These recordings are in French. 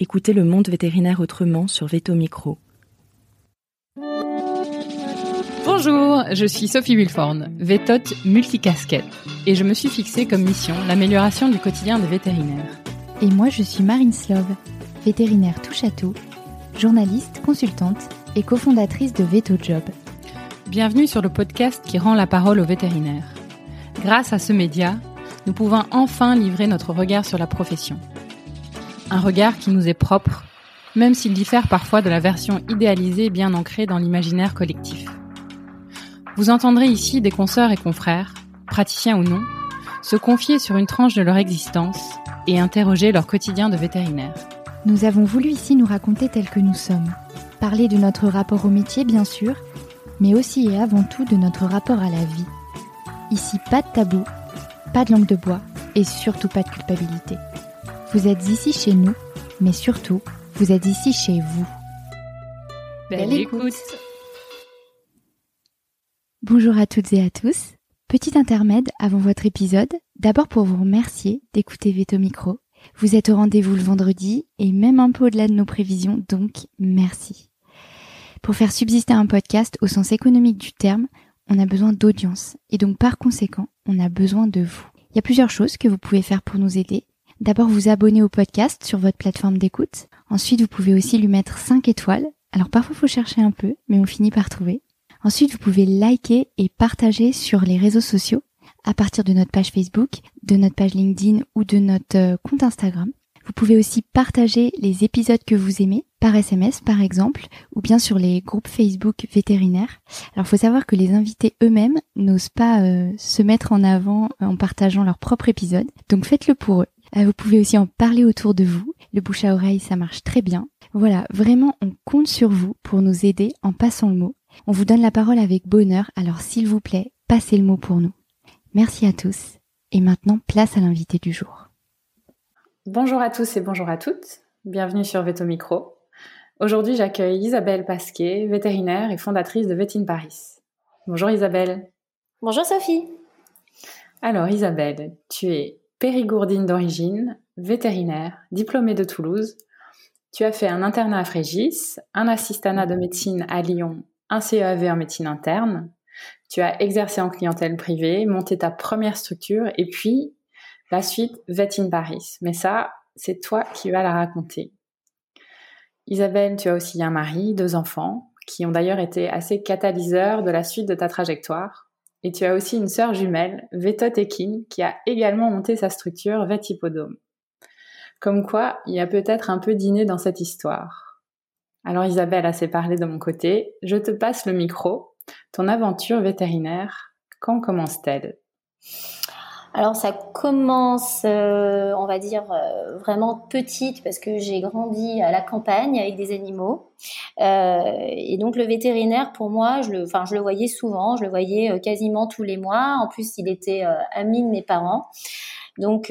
Écoutez le monde vétérinaire autrement sur Veto Micro. Bonjour, je suis Sophie Wilforn, vétote multicasquette, et je me suis fixée comme mission l'amélioration du quotidien des vétérinaires. Et moi, je suis Marine Slove, vétérinaire touche-à-tout, journaliste, consultante et cofondatrice de Veto Job. Bienvenue sur le podcast qui rend la parole aux vétérinaires. Grâce à ce média, nous pouvons enfin livrer notre regard sur la profession. Un regard qui nous est propre, même s'il diffère parfois de la version idéalisée bien ancrée dans l'imaginaire collectif. Vous entendrez ici des consoeurs et confrères, praticiens ou non, se confier sur une tranche de leur existence et interroger leur quotidien de vétérinaire. Nous avons voulu ici nous raconter tels que nous sommes, parler de notre rapport au métier bien sûr, mais aussi et avant tout de notre rapport à la vie. Ici, pas de tabou, pas de langue de bois et surtout pas de culpabilité. Vous êtes ici chez nous, mais surtout, vous êtes ici chez vous. Belle écoute. Bonjour à toutes et à tous. Petit intermède avant votre épisode, d'abord pour vous remercier d'écouter Veto Micro. Vous êtes au rendez-vous le vendredi et même un peu au-delà de nos prévisions, donc merci. Pour faire subsister un podcast au sens économique du terme, on a besoin d'audience et donc par conséquent, on a besoin de vous. Il y a plusieurs choses que vous pouvez faire pour nous aider. D'abord, vous abonner au podcast sur votre plateforme d'écoute. Ensuite, vous pouvez aussi lui mettre 5 étoiles. Alors parfois, il faut chercher un peu, mais on finit par trouver. Ensuite, vous pouvez liker et partager sur les réseaux sociaux à partir de notre page Facebook, de notre page LinkedIn ou de notre compte Instagram. Vous pouvez aussi partager les épisodes que vous aimez par SMS par exemple ou bien sur les groupes Facebook vétérinaires. Alors, il faut savoir que les invités eux-mêmes n'osent pas se mettre en avant en partageant leur propre épisode. Donc, faites-le pour eux. Vous pouvez aussi en parler autour de vous. Le bouche à oreille, ça marche très bien. Voilà, vraiment, on compte sur vous pour nous aider en passant le mot. On vous donne la parole avec bonheur, alors s'il vous plaît, passez le mot pour nous. Merci à tous. Et maintenant, place à l'invité du jour. Bonjour à tous et bonjour à toutes. Bienvenue sur Veto Micro. Aujourd'hui, j'accueille Isabelle Pasquet, vétérinaire et fondatrice de Vet in Paris. Bonjour Isabelle. Bonjour Sophie. Alors Isabelle, tu es périgourdine d'origine, vétérinaire, diplômée de Toulouse. Tu as fait un internat à Frégis, un assistanat de médecine à Lyon, un CEAV en médecine interne. Tu as exercé en clientèle privée, monté ta première structure et puis la suite Vet in Paris. Mais ça, c'est toi qui vas la raconter. Isabelle, tu as aussi un mari, 2 enfants, qui ont d'ailleurs été assez catalyseurs de la suite de ta trajectoire. Et tu as aussi une sœur jumelle, vétote équine, qui a également monté sa structure Vet Hippodome. Comme quoi, il y a peut-être un peu d'inné dans cette histoire. Alors Isabelle, assez parlé de mon côté, je te passe le micro. Ton aventure vétérinaire, quand commence-t-elle ? Alors ça commence, on va dire, vraiment petite parce que j'ai grandi à la campagne avec des animaux. Et donc le vétérinaire, pour moi, je le voyais souvent, je le voyais quasiment tous les mois. En plus, il était ami de mes parents. Donc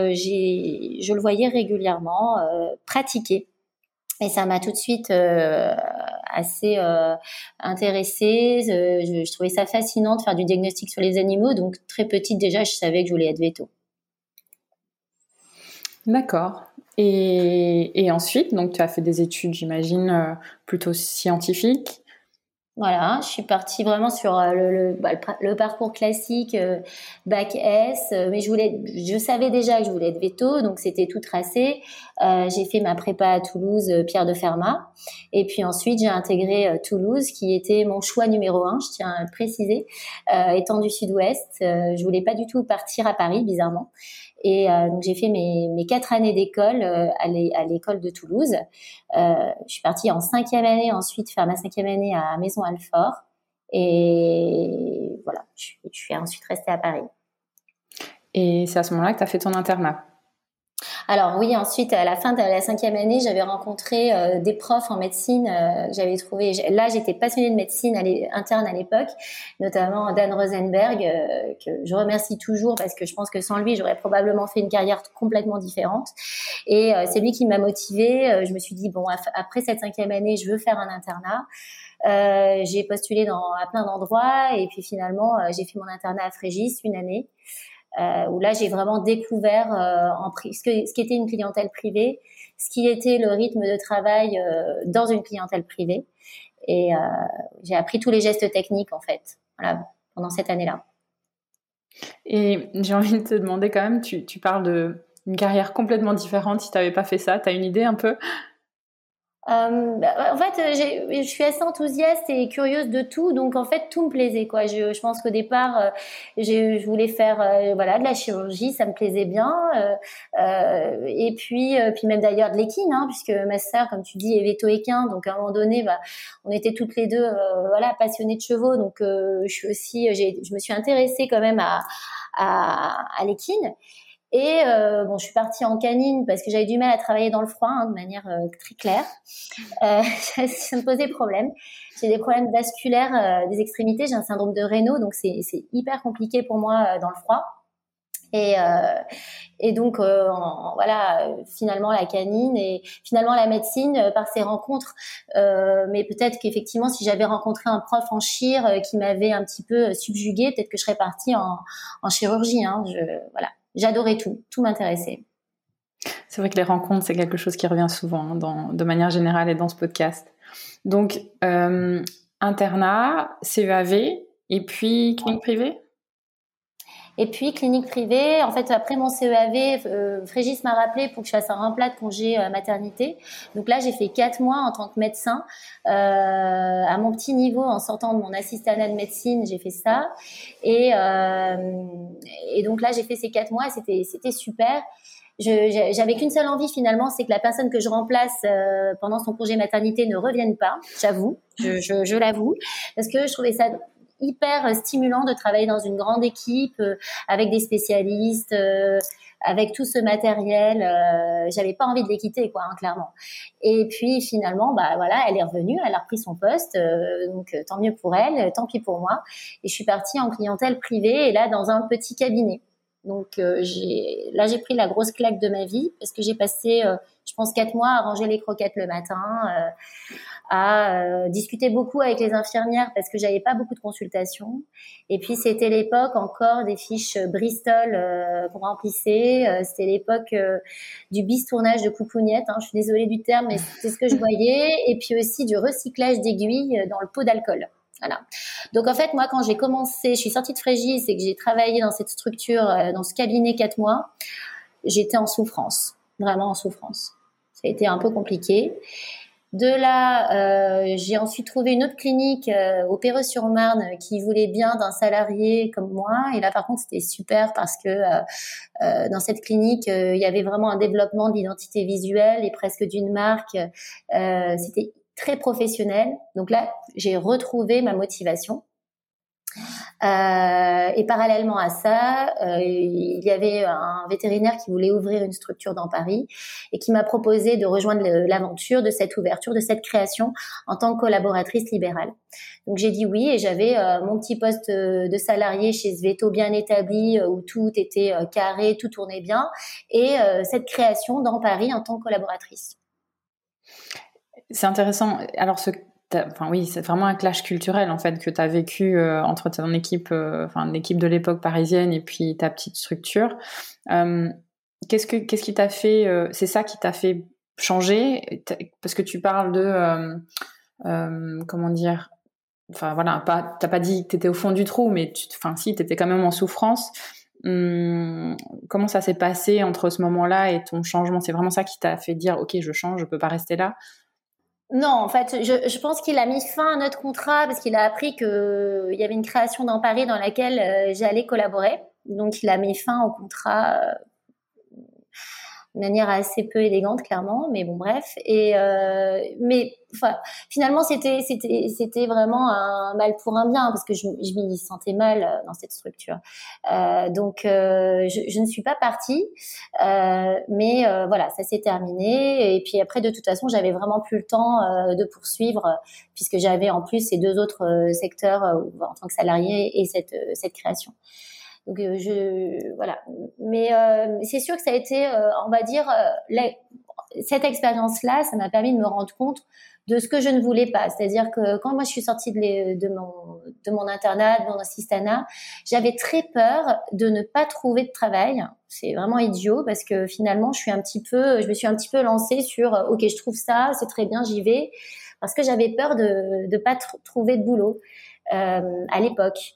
je le voyais régulièrement pratiquer. Et ça m'a tout de suite assez intéressée. Je trouvais ça fascinant de faire du diagnostic sur les animaux. Donc, très petite déjà, je savais que je voulais être véto. D'accord. Et ensuite, donc, tu as fait des études, j'imagine, plutôt scientifiques. Voilà, je suis partie vraiment sur le parcours classique, bac S, mais je savais déjà que je voulais être véto, donc c'était tout tracé. J'ai fait ma prépa à Toulouse, Pierre de Fermat, et puis ensuite j'ai intégré Toulouse, qui était mon choix numéro 1, je tiens à le préciser, étant du Sud-Ouest. Je voulais pas du tout partir à Paris, bizarrement. Et donc j'ai fait mes 4 années d'école à l'école de Toulouse. Je suis partie en 5e année ensuite faire ma 5e année à Maison-Alfort. Et voilà, je suis ensuite restée à Paris. Et c'est à ce moment-là que tu as fait ton internat. Alors oui, ensuite, à la fin de la 5e année, j'avais rencontré des profs en médecine que j'avais trouvé. Là, j'étais passionnée de médecine interne à l'époque, notamment Dan Rosenberg, que je remercie toujours parce que je pense que sans lui, j'aurais probablement fait une carrière complètement différente. Et c'est lui qui m'a motivée. Je me suis dit, bon, après cette 5e année, je veux faire un internat. J'ai postulé à plein d'endroits et puis finalement, j'ai fait mon internat à Frégis une année. où là j'ai vraiment découvert ce qui était une clientèle privée, ce qui était le rythme de travail dans une clientèle privée, et j'ai appris tous les gestes techniques en fait, voilà, pendant cette année-là. Et j'ai envie de te demander quand même, tu parles d'une carrière complètement différente. Si tu n'avais pas fait ça, tu as une idée un peu? En fait, je suis assez enthousiaste et curieuse de tout, donc en fait tout me plaisait quoi. Je pense qu'au départ, je voulais faire voilà de la chirurgie, ça me plaisait bien, et puis même d'ailleurs de l'équine, hein, puisque ma sœur, comme tu dis, est véto-équin, donc à un moment donné, bah, on était toutes les deux voilà passionnées de chevaux, donc je me suis intéressée quand même à l'équine. Et bon, je suis partie en canine parce que j'avais du mal à travailler dans le froid, hein, de manière très claire. Ça me posait problème. J'ai des problèmes vasculaires des extrémités. J'ai un syndrome de Raynaud, donc c'est hyper compliqué pour moi dans le froid. Et donc voilà, finalement la canine et finalement la médecine par ces rencontres. Mais peut-être qu'effectivement, si j'avais rencontré un prof en chir qui m'avait un petit peu subjuguée, peut-être que je serais partie en chirurgie. Hein. Voilà. J'adorais tout m'intéressait. C'est vrai que les rencontres, c'est quelque chose qui revient souvent de manière générale et dans ce podcast. Donc, internat, CEAV, et puis clinique privée? Et puis clinique privée, en fait après mon CEAV, Frégis m'a rappelé pour que je fasse un remplat de congé maternité. Donc là j'ai fait 4 mois en tant que médecin à mon petit niveau en sortant de mon assistanat de médecine, j'ai fait ça. Et donc là j'ai fait ces 4 mois, c'était super. J'avais qu'une seule envie finalement, c'est que la personne que je remplace pendant son congé maternité ne revienne pas. J'avoue, je l'avoue, parce que je trouvais ça hyper stimulant de travailler dans une grande équipe avec des spécialistes, avec tout ce matériel. J'avais pas envie de les quitter, quoi, hein, clairement. Et puis finalement, bah voilà, elle est revenue, elle a repris son poste, donc tant mieux pour elle, tant pis pour moi. Et je suis partie en clientèle privée et là dans un petit cabinet. Donc j'ai pris la grosse claque de ma vie parce que j'ai passé, je pense 4 mois à ranger les croquettes le matin, à discuter beaucoup avec les infirmières parce que j'avais pas beaucoup de consultations. Et puis c'était l'époque encore des fiches Bristol qu'on remplissait. C'était l'époque du bistournage de coucougnettes. Hein. Je suis désolée du terme, mais c'est ce que je voyais. Et puis aussi du recyclage d'aiguilles dans le pot d'alcool. Voilà. Donc en fait, moi, quand j'ai commencé, je suis sortie de Frégis et que j'ai travaillé dans cette structure, dans ce cabinet 4 mois, j'étais en souffrance, vraiment en souffrance. Ça a été un peu compliqué. De là, j'ai ensuite trouvé une autre clinique au Perreux-sur-Marne qui voulait bien d'un salarié comme moi. Et là, par contre, c'était super parce que dans cette clinique, il y avait vraiment un développement d'identité visuelle et presque d'une marque. C'était très professionnel. Donc là, j'ai retrouvé ma motivation. Et parallèlement à ça, il y avait un vétérinaire qui voulait ouvrir une structure dans Paris et qui m'a proposé de rejoindre l'aventure de cette ouverture, de cette création en tant que collaboratrice libérale. Donc j'ai dit oui et j'avais mon petit poste de salarié chez Sveto bien établi où tout était carré, tout tournait bien et cette création dans Paris en tant que collaboratrice. C'est intéressant. Alors, oui, c'est vraiment un clash culturel en fait que tu as vécu entre ton équipe, l'équipe de l'époque parisienne et puis ta petite structure. Qu'est-ce qui t'a fait c'est ça qui t'a fait changer? Parce que tu parles de comment dire? Enfin voilà, t'as pas dit que t'étais au fond du trou, mais si t'étais quand même en souffrance. Comment ça s'est passé entre ce moment-là et ton changement? C'est vraiment ça qui t'a fait dire ok, je change, je peux pas rester là? Non, en fait, je pense qu'il a mis fin à notre contrat parce qu'il a appris que il y avait une création dans Paris dans laquelle j'allais collaborer. Donc, il a mis fin au contrat de manière assez peu élégante, clairement. Mais bon, bref. Mais enfin, finalement, c'était vraiment un mal pour un bien parce que je m'y sentais mal dans cette structure. Donc, je ne suis pas partie, mais voilà, ça s'est terminé. Et puis après, de toute façon, j'avais vraiment plus le temps de poursuivre puisque j'avais en plus ces 2 autres secteurs en tant que salarié et cette création. Donc voilà, mais c'est sûr que ça a été, on va dire, cette expérience-là, ça m'a permis de me rendre compte de ce que je ne voulais pas. C'est-à-dire que quand moi je suis sortie de de mon internat, de mon assistanat, j'avais très peur de ne pas trouver de travail. C'est vraiment idiot parce que finalement, je me suis un petit peu lancée sur ok, je trouve ça, c'est très bien, j'y vais, parce que j'avais peur de pas trouver de boulot à l'époque.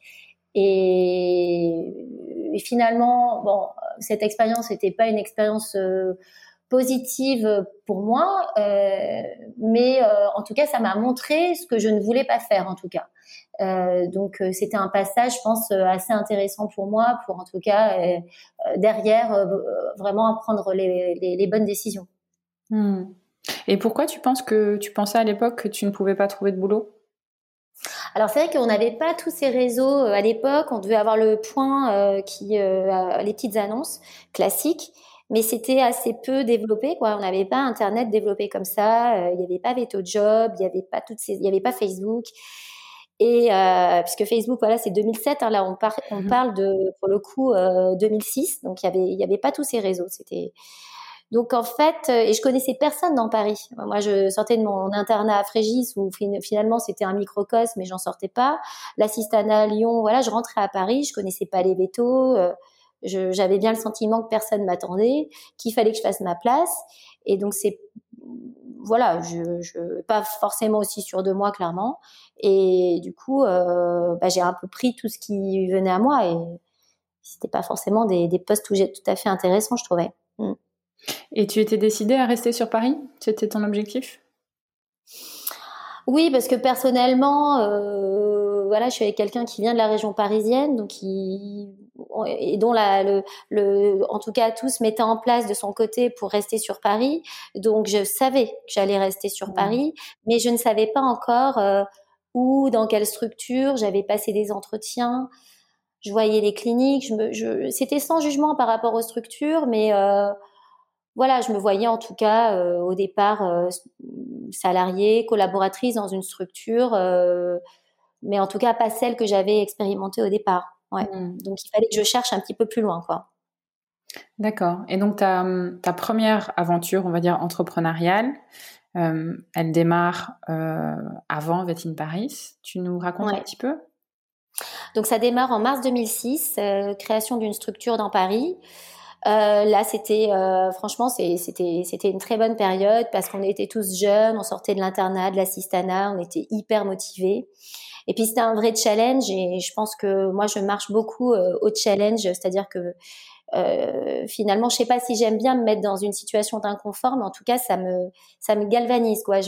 Et finalement, bon, cette expérience n'était pas une expérience positive pour moi, mais en tout cas, ça m'a montré ce que je ne voulais pas faire, en tout cas. Donc, c'était un passage, je pense, assez intéressant pour moi, pour en tout cas, derrière, vraiment prendre les bonnes décisions. Et pourquoi tu pensais à l'époque que tu ne pouvais pas trouver de boulot? Alors c'est vrai qu'on n'avait pas tous ces réseaux à l'époque. On devait avoir le Point les petites annonces classiques, mais c'était assez peu développé, quoi. On n'avait pas Internet développé comme ça. Il n'y avait pas VetoJob, il n'y avait pas Facebook. Et puisque Facebook, voilà, c'est 2007. Hein, là, on parle de, pour le coup, 2006. Donc il y avait pas tous ces réseaux. Donc en fait, et je connaissais personne dans Paris. Moi, je sortais de mon internat à Fréjus où finalement c'était un microcosme, mais j'en sortais pas. L'assistanat à Lyon, voilà, je rentrais à Paris, je connaissais pas les vétos. J'avais bien le sentiment que personne m'attendait, qu'il fallait que je fasse ma place. Et donc voilà, je pas forcément aussi sûre de moi clairement. Et du coup, j'ai un peu pris tout ce qui venait à moi et c'était pas forcément des postes tout à fait intéressants, je trouvais. Et tu étais décidée à rester sur Paris? C'était ton objectif? Oui, parce que personnellement, voilà, je suis avec quelqu'un qui vient de la région parisienne, donc et dont en tout cas, tout se mettait en place de son côté pour rester sur Paris. Donc, je savais que j'allais rester sur Paris, mais je ne savais pas encore où, dans quelle structure. J'avais passé des entretiens, je voyais les cliniques. C'était sans jugement par rapport aux structures, mais voilà, je me voyais en tout cas au départ salariée, collaboratrice dans une structure, mais en tout cas pas celle que j'avais expérimentée au départ. Ouais. Donc il fallait que je cherche un petit peu plus loin, quoi. D'accord. Et donc ta première aventure, on va dire entrepreneuriale, elle démarre avant Vet in Paris. Tu nous racontes un petit peu? Donc ça démarre en mars 2006, création d'une structure dans Paris. Là, franchement, c'était une très bonne période parce qu'on était tous jeunes, on sortait de l'internat, de l'assistanat, on était hyper motivés. Et puis c'était un vrai challenge et je pense que moi je marche beaucoup au challenge, c'est-à-dire que finalement, je sais pas si j'aime bien me mettre dans une situation d'inconfort, mais en tout cas ça me galvanise, quoi.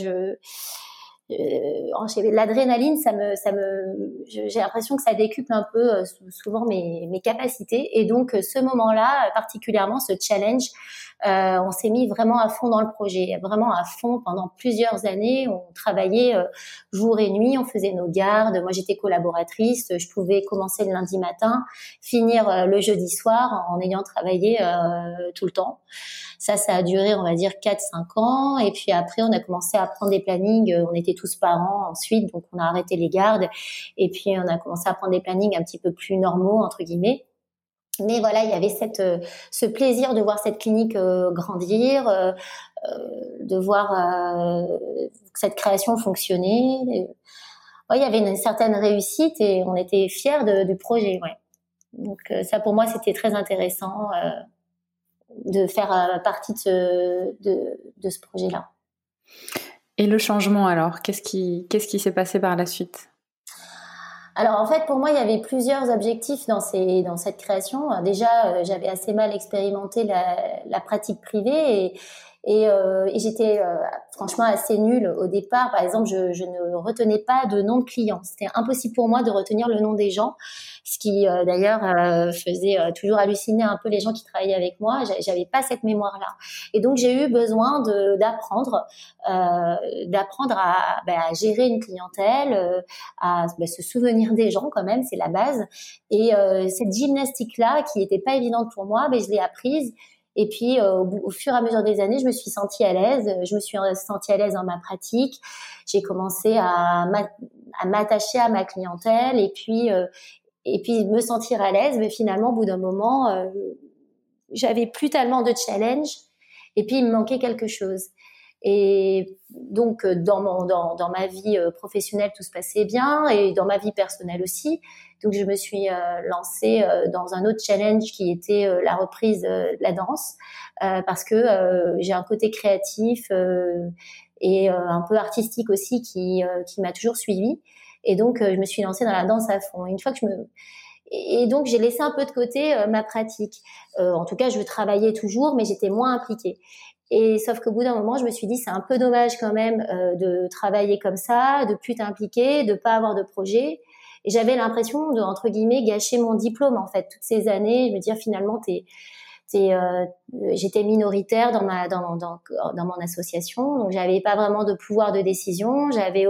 L'adrénaline, j'ai l'impression que ça décuple un peu souvent mes capacités. Et donc, ce moment-là, particulièrement ce challenge, on s'est mis vraiment à fond dans le projet, vraiment à fond pendant plusieurs années. On travaillait jour et nuit, on faisait nos gardes. Moi, j'étais collaboratrice, je pouvais commencer le lundi matin, finir le jeudi soir en ayant travaillé tout le temps. Ça a duré, on va dire, 4-5 ans. Et puis après, on a commencé à prendre des plannings. On était tous parents ensuite, donc on a arrêté les gardes. Et puis, on a commencé à prendre des plannings un petit peu plus normaux, entre guillemets. Mais voilà, il y avait ce plaisir de voir cette clinique grandir, de voir que cette création fonctionnait. Ouais, il y avait une certaine réussite et on était fiers du projet. Ouais. Donc ça, pour moi, c'était très intéressant de faire partie de ce projet-là. Et le changement alors, qu'est-ce qui s'est passé par la suite? Alors en fait, pour moi, il y avait plusieurs objectifs dans cette création. Déjà, j'avais assez mal expérimenté la pratique privée et j'étais franchement assez nulle au départ. Par exemple, je ne retenais pas de nom de clients. C'était impossible pour moi de retenir le nom des gens, ce qui d'ailleurs faisait toujours halluciner un peu les gens qui travaillaient avec moi. J'avais pas cette mémoire-là, et donc j'ai eu besoin d'apprendre à gérer une clientèle, à se souvenir des gens quand même, c'est la base. Et cette gymnastique-là, qui était pas évidente pour moi, je l'ai apprise. Et puis, au fur et à mesure des années, je me suis sentie à l'aise. Je me suis sentie à l'aise dans ma pratique. J'ai commencé à m'attacher à ma clientèle et puis me sentir à l'aise. Mais finalement, au bout d'un moment, j'avais plus tellement de challenge. Et puis, il me manquait quelque chose. Et donc dans ma vie professionnelle, tout se passait bien, et dans ma vie personnelle aussi. Donc je me suis lancée dans un autre challenge qui était la reprise de la danse, parce que j'ai un côté créatif et un peu artistique aussi qui m'a toujours suivie. Et donc je me suis lancée dans la danse à fond. Une fois que et donc j'ai laissé un peu de côté ma pratique. En tout cas, je travaillais toujours, mais j'étais moins impliquée. Et sauf qu'au bout d'un moment, je me suis dit, c'est un peu dommage quand même de travailler comme ça, de plus t'impliquer, de pas avoir de projet. Et j'avais l'impression de, entre guillemets, gâcher mon diplôme, en fait, toutes ces années. Je me dire, finalement, j'étais minoritaire dans mon association, donc j'avais pas vraiment de pouvoir de décision, j'avais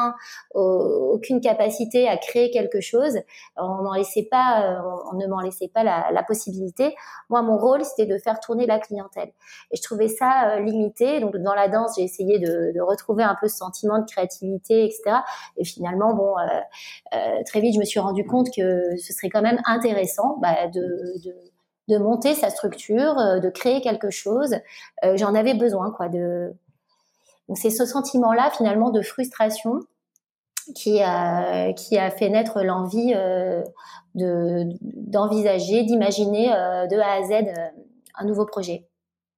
aucune capacité à créer quelque chose. On ne m'en laissait pas la possibilité. Moi, mon rôle, c'était de faire tourner la clientèle, et je trouvais ça limité. Donc dans la danse, j'ai essayé de retrouver un peu ce sentiment de créativité, etc. Et finalement, très vite, je me suis rendu compte que ce serait quand même intéressant de monter sa structure, de créer quelque chose. J'en avais besoin, quoi. Donc c'est ce sentiment-là, finalement, de frustration qui a fait naître l'envie d'envisager, d'imaginer de A à Z un nouveau projet.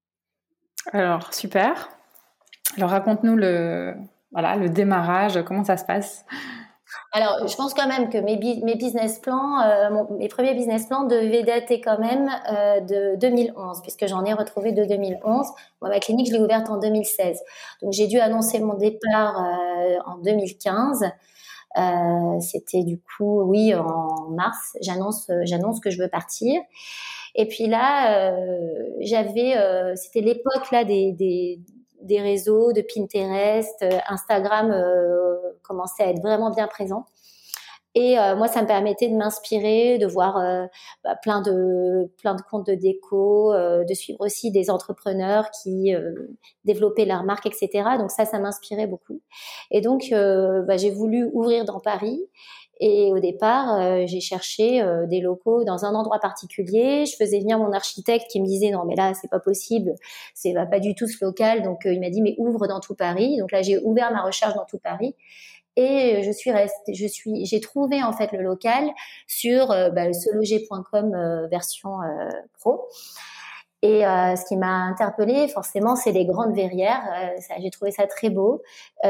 Alors, super. Alors, raconte-nous le démarrage, comment ça se passe? Alors, je pense quand même que mes business plans, mes premiers business plans devaient dater quand même de 2011, puisque j'en ai retrouvé de 2011. Moi, ma clinique, je l'ai ouverte en 2016. Donc, j'ai dû annoncer mon départ en 2015. C'était du coup, oui, en mars, j'annonce que je veux partir. Et puis là, c'était l'époque là des réseaux, de Pinterest, Instagram commençait à être vraiment bien présent. Et moi, ça me permettait de m'inspirer, de voir plein de comptes de déco, de suivre aussi des entrepreneurs qui développaient leur marque, etc. Donc ça m'inspirait beaucoup. Et donc, j'ai voulu ouvrir dans Paris. Et au départ, j'ai cherché des locaux dans un endroit particulier. Je faisais venir mon architecte qui me disait non mais là c'est pas possible, c'est pas du tout ce local. Donc il m'a dit mais ouvre dans tout Paris. Donc là j'ai ouvert ma recherche dans tout Paris. Et j'ai trouvé en fait le local sur seloger.com version pro. Et ce qui m'a interpellée, forcément, c'est les grandes verrières. J'ai trouvé ça très beau.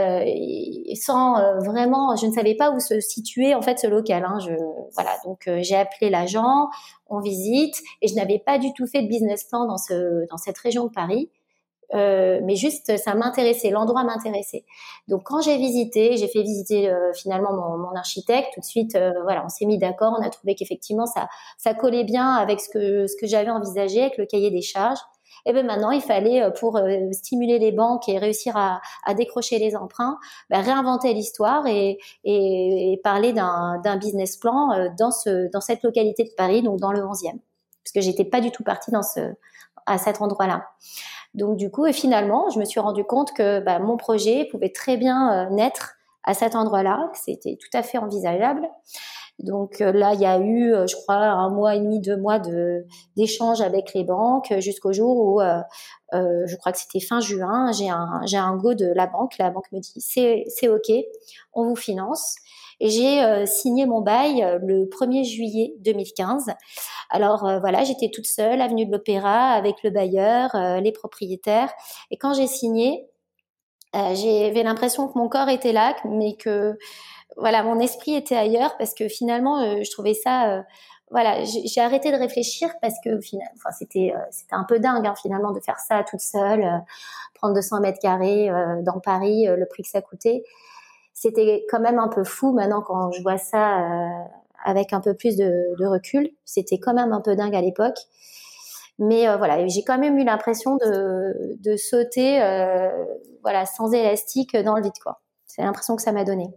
Vraiment, je ne savais pas où se situait en fait ce local. Voilà, donc j'ai appelé l'agent, on visite, et je n'avais pas du tout fait de business plan dans cette région de Paris. Mais juste ça m'intéressait, l'endroit m'intéressait. Donc quand j'ai fait visiter finalement mon architecte. Tout de suite on s'est mis d'accord, on a trouvé qu'effectivement ça collait bien avec ce que j'avais envisagé avec le cahier des charges. Et ben maintenant il fallait pour stimuler les banques et réussir à décrocher les emprunts, réinventer l'histoire et parler d'un business plan dans cette localité de Paris, donc dans le 11e, parce que j'étais pas du tout partie à cet endroit-là. Donc du coup, et finalement, je me suis rendu compte que mon projet pouvait très bien naître à cet endroit-là, que c'était tout à fait envisageable. Donc là, il y a eu, je crois, 1 mois et demi, 2 mois d'échanges avec les banques jusqu'au jour où, je crois que c'était fin juin, j'ai un go de la banque. La banque me dit c'est OK, on vous finance. Et j'ai signé mon bail le 1er juillet 2015. Alors j'étais toute seule, avenue de l'Opéra, avec le bailleur, les propriétaires. Et quand j'ai signé, j'avais l'impression que mon corps était là, mais que mon esprit était ailleurs, parce que finalement, je trouvais ça... j'ai arrêté de réfléchir parce que c'était un peu dingue finalement de faire ça toute seule, prendre 200 mètres carrés dans Paris, le prix que ça coûtait. C'était quand même un peu fou maintenant quand je vois ça avec un peu plus de recul. C'était quand même un peu dingue à l'époque. Mais j'ai quand même eu l'impression de sauter sans élastique dans le vide, quoi. C'est l'impression que ça m'a donné.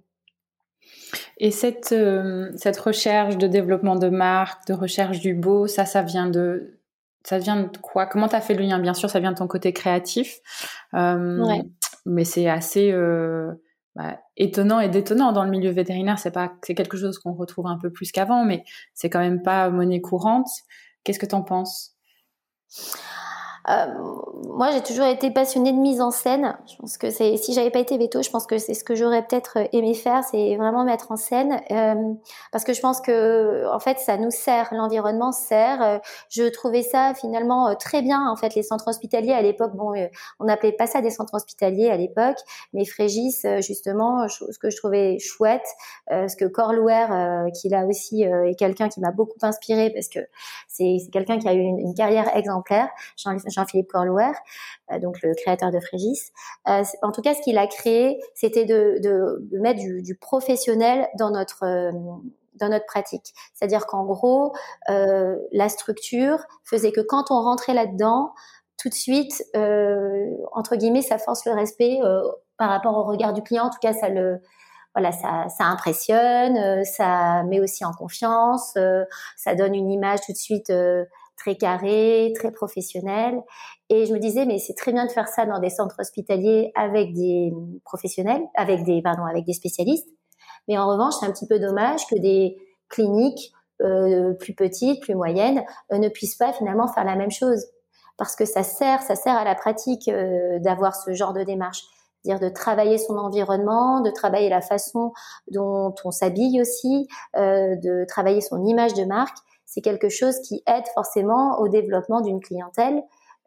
Et cette recherche de développement de marque, de recherche du beau, ça vient de quoi? Comment t'as fait le lien? Bien sûr, ça vient de ton côté créatif, mais c'est assez étonnant et détonnant dans le milieu vétérinaire. C'est quelque chose qu'on retrouve un peu plus qu'avant, mais c'est quand même pas monnaie courante. Qu'est-ce que t'en penses? Moi, j'ai toujours été passionnée de mise en scène. Je pense que si j'avais pas été veto, je pense que c'est ce que j'aurais peut-être aimé faire, c'est vraiment mettre en scène, parce que je pense que en fait, ça nous sert, l'environnement sert. Je trouvais ça finalement très bien. En fait, les centres hospitaliers à l'époque, on n'appelait pas ça des centres hospitaliers à l'époque, mais Frégis, justement, ce que je trouvais chouette, ce que Corlouer, qui là aussi est quelqu'un qui m'a beaucoup inspirée, parce que c'est quelqu'un qui a eu une carrière exemplaire. Jean-Philippe Corlouer, donc le créateur de Frégis. En tout cas, ce qu'il a créé, c'était de mettre du professionnel dans notre pratique. C'est-à-dire qu'en gros, la structure faisait que quand on rentrait là-dedans, tout de suite, entre guillemets, ça force le respect par rapport au regard du client. En tout cas, ça impressionne, ça met aussi en confiance, ça donne une image tout de suite très carré, très professionnel. Et je me disais, mais c'est très bien de faire ça dans des centres hospitaliers avec des professionnels, avec des spécialistes. Mais en revanche, c'est un petit peu dommage que des cliniques plus petites, plus moyennes, ne puissent pas finalement faire la même chose. Parce que ça sert à la pratique d'avoir ce genre de démarche. C'est-à-dire de travailler son environnement, de travailler la façon dont on s'habille aussi, de travailler son image de marque. C'est quelque chose qui aide forcément au développement d'une clientèle,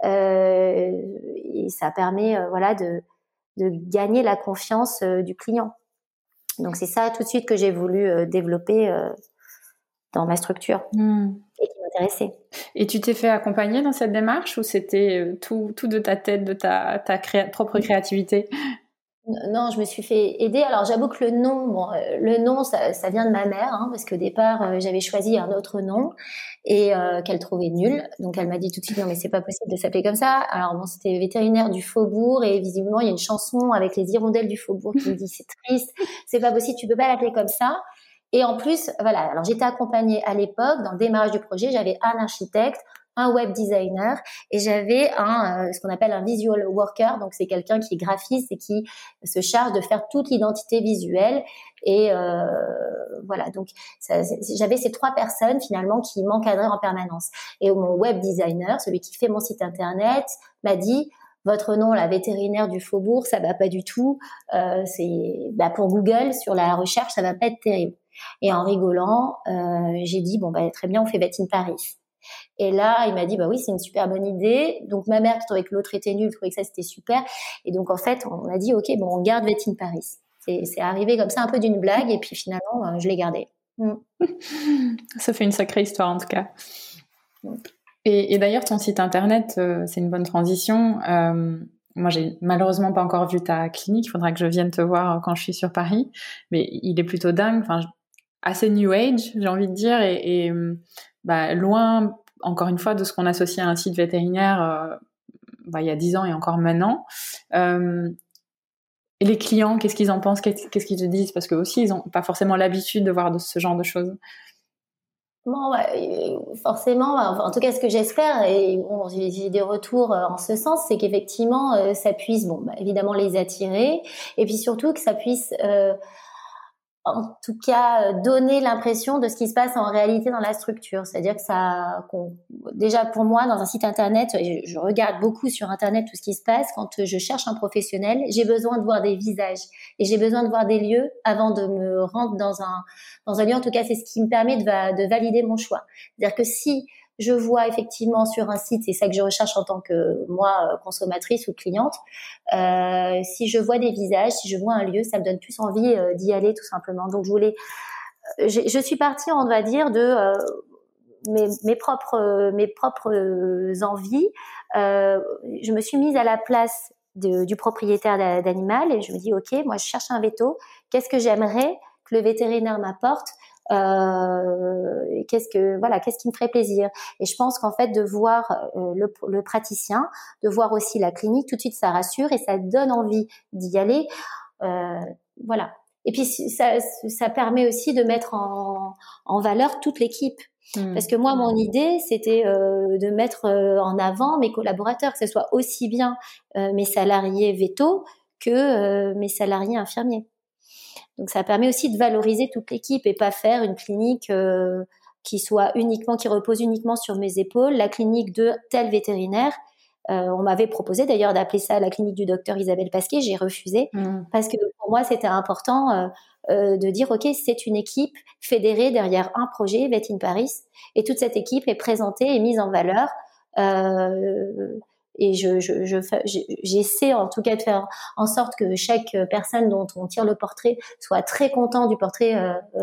et ça permet de gagner la confiance du client. Donc c'est ça tout de suite que j'ai voulu développer dans ma structure et qui m'intéressait. Et tu t'es fait accompagner dans cette démarche ou c'était tout de ta tête, de ta propre créativité? Non, je me suis fait aider. Alors j'avoue que le nom, ça vient de ma mère, parce qu'au départ j'avais choisi un autre nom et qu'elle trouvait nul. Donc elle m'a dit tout de suite non mais c'est pas possible de s'appeler comme ça. Alors c'était vétérinaire du Faubourg et visiblement il y a une chanson avec les hirondelles du Faubourg qui me dit c'est triste, c'est pas possible, tu peux pas l'appeler comme ça. Et en plus voilà, alors j'étais accompagnée à l'époque dans le démarrage du projet, j'avais un architecte, un web designer et j'avais ce qu'on appelle un visual worker, donc c'est quelqu'un qui est graphiste et qui se charge de faire toute l'identité visuelle et voilà, donc j'avais ces 3 personnes finalement qui m'encadraient en permanence. Et mon web designer, celui qui fait mon site internet, m'a dit votre nom, la vétérinaire du Faubourg, ça va pas du tout, pour Google sur la recherche, ça va pas être terrible. Et en rigolant, j'ai dit très bien, on fait Vet in Paris. Et là, il m'a dit, oui, c'est une super bonne idée. Donc, ma mère qui trouvait que l'autre était nul, trouvait que ça, c'était super. Et donc, en fait, on a dit, OK, on garde Vet in Paris. C'est arrivé comme ça, un peu d'une blague. Et puis, finalement, je l'ai gardé. Ça fait une sacrée histoire, en tout cas. Et d'ailleurs, ton site internet, c'est une bonne transition. Moi, j'ai malheureusement pas encore vu ta clinique. Il faudra que je vienne te voir quand je suis sur Paris. Mais il est plutôt dingue. Enfin, assez new age, j'ai envie de dire. Et loin, encore une fois, de ce qu'on associe à un site vétérinaire il y a 10 ans et encore maintenant. Et les clients, qu'est-ce qu'ils en pensent, qu'est-ce qu'ils te disent? Parce que aussi, ils n'ont pas forcément l'habitude de voir ce genre de choses. Forcément, en tout cas, ce que j'espère, et j'ai des retours en ce sens, c'est qu'effectivement, ça puisse, évidemment, les attirer, et puis surtout que ça puisse en tout cas donner l'impression de ce qui se passe en réalité dans la structure. C'est-à-dire que déjà pour moi, dans un site internet, je regarde beaucoup sur internet tout ce qui se passe. Quand je cherche un professionnel, j'ai besoin de voir des visages et j'ai besoin de voir des lieux avant de me rendre dans un lieu. En tout cas, c'est ce qui me permet de valider mon choix. C'est-à-dire que si je vois effectivement sur un site, c'est ça que je recherche en tant que moi consommatrice ou cliente, si je vois des visages, si je vois un lieu, ça me donne plus envie d'y aller tout simplement. Donc je suis partie, on va dire, de mes propres envies. Je me suis mise à la place du propriétaire d'animal et je me dis ok, moi je cherche un veto, qu'est-ce que j'aimerais que le vétérinaire m'apporte, qu'est-ce qui me ferait plaisir. Et je pense qu'en fait de voir le praticien, de voir aussi la clinique, tout de suite ça rassure et ça donne envie d'y aller. Voilà. Et puis ça permet aussi de mettre en valeur toute l'équipe. Parce que moi, mon idée, c'était de mettre en avant mes collaborateurs, que ce soit aussi bien mes salariés vétos que mes salariés infirmiers. Donc, ça permet aussi de valoriser toute l'équipe et pas faire une clinique qui repose uniquement sur mes épaules, la clinique de tel vétérinaire. On m'avait proposé d'ailleurs d'appeler ça la clinique du docteur Isabelle Pasquier, j'ai refusé parce que pour moi c'était important de dire ok, c'est une équipe fédérée derrière un projet Vet in Paris et toute cette équipe est présentée et mise en valeur. Et j'essaie en tout cas de faire en sorte que chaque personne dont on tire le portrait soit très content du portrait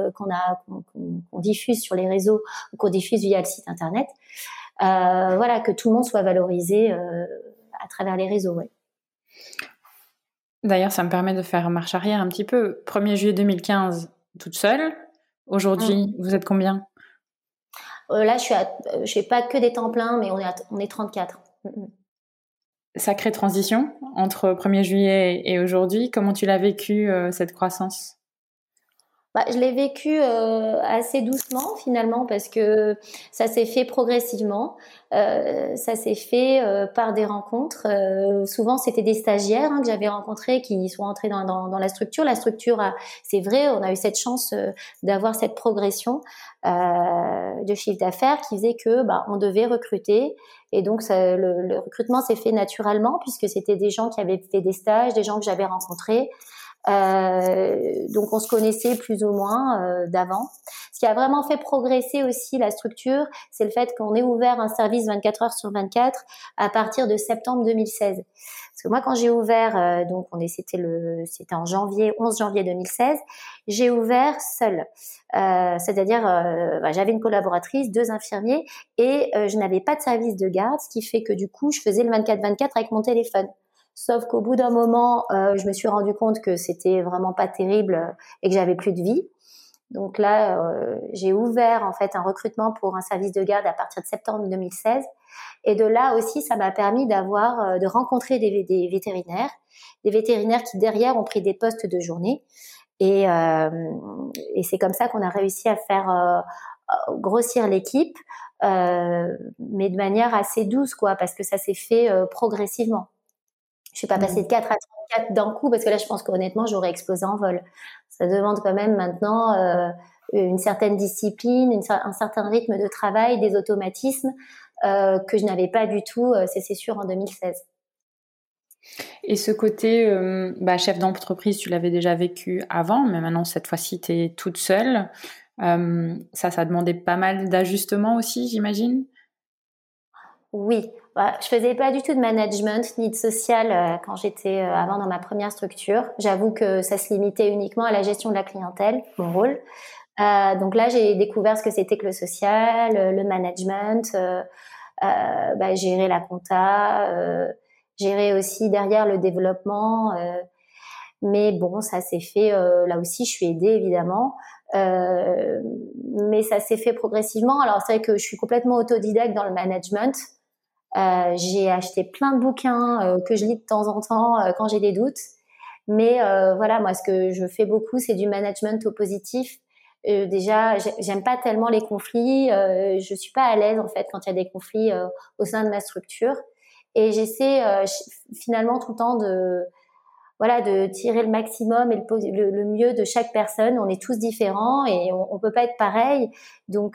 qu'on diffuse sur les réseaux ou qu'on diffuse via le site internet. Voilà, que tout le monde soit valorisé à travers les réseaux. Ouais. D'ailleurs, ça me permet de faire marche arrière un petit peu. 1er juillet 2015, toute seule. Aujourd'hui, vous êtes combien ? Là, je fais pas que des temps pleins, mais on est 34. Sacrée transition entre 1er juillet et aujourd'hui. Comment tu l'as vécu, cette croissance ? Je l'ai vécu assez doucement finalement parce que ça s'est fait progressivement. Ça s'est fait par des rencontres. Souvent, c'était des stagiaires que j'avais rencontrés qui sont entrés dans la structure. La structure, c'est vrai, on a eu cette chance d'avoir cette progression de chiffre d'affaires qui faisait que on devait recruter. Et donc, le recrutement s'est fait naturellement puisque c'était des gens qui avaient fait des stages, des gens que j'avais rencontrés. Donc on se connaissait plus ou moins d'avant. Ce qui a vraiment fait progresser aussi la structure, c'est le fait qu'on ait ouvert un service 24 heures sur 24 à partir de septembre 2016. Parce que moi quand j'ai ouvert, donc c'était en 11 janvier 2016, j'ai ouvert seule. C'est-à-dire j'avais une collaboratrice, 2 infirmiers et je n'avais pas de service de garde, ce qui fait que du coup je faisais le 24/24 avec mon téléphone. Sauf qu'au bout d'un moment, je me suis rendu compte que c'était vraiment pas terrible et que j'avais plus de vie. Donc là, j'ai ouvert en fait un recrutement pour un service de garde à partir de septembre 2016. Et de là aussi, ça m'a permis de rencontrer des vétérinaires qui derrière ont pris des postes de journée. Et c'est comme ça qu'on a réussi à faire grossir l'équipe, mais de manière assez douce, quoi, parce que ça s'est fait progressivement. Je suis pas passée de 4 à 34 d'un coup parce que là, je pense qu'honnêtement, j'aurais explosé en vol. Ça demande quand même maintenant une certaine discipline, un certain rythme de travail, des automatismes que je n'avais pas du tout, c'est sûr, en 2016. Et ce côté chef d'entreprise, tu l'avais déjà vécu avant, mais maintenant, cette fois-ci, tu es toute seule. Ça demandait pas mal d'ajustements aussi, j'imagine ? Oui, je faisais pas du tout de management ni de social quand j'étais avant dans ma première structure. J'avoue que ça se limitait uniquement à la gestion de la clientèle, mon rôle. Donc là, j'ai découvert ce que c'était que le social, le management, gérer la compta, gérer aussi derrière le développement. Mais bon, ça s'est fait. Là aussi, je suis aidée évidemment. Mais ça s'est fait progressivement. Alors c'est vrai que je suis complètement autodidacte dans le management. J'ai acheté plein de bouquins que je lis de temps en temps quand j'ai des doutes. Mais voilà, moi, ce que je fais beaucoup, c'est du management au positif. Déjà, j'aime pas tellement les conflits. Je suis pas à l'aise en fait quand il y a des conflits au sein de ma structure. Et j'essaie finalement tout le temps de tirer le maximum et le mieux de chaque personne. On est tous différents et on peut pas être pareil. Donc